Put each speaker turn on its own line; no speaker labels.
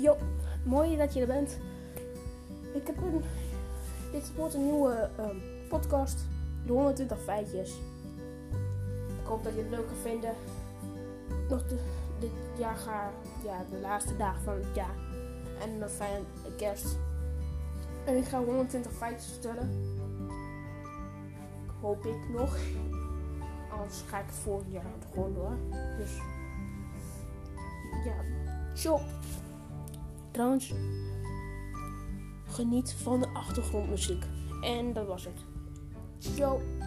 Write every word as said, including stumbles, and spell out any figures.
Yo, mooi dat je er bent. Ik heb een, dit wordt een nieuwe um, podcast, de honderdtwintig feitjes. Ik hoop dat je het leuk gaat vinden. Nog de, dit jaar ga ja, de laatste dagen van het jaar en een fijne kerst. En ik ga honderdtwintig feitjes vertellen. Hoop ik nog. Anders ga ik het volgend jaar gewoon door. Dus ja, zo. Trouwens, geniet van de achtergrondmuziek. En dat was het. Zo.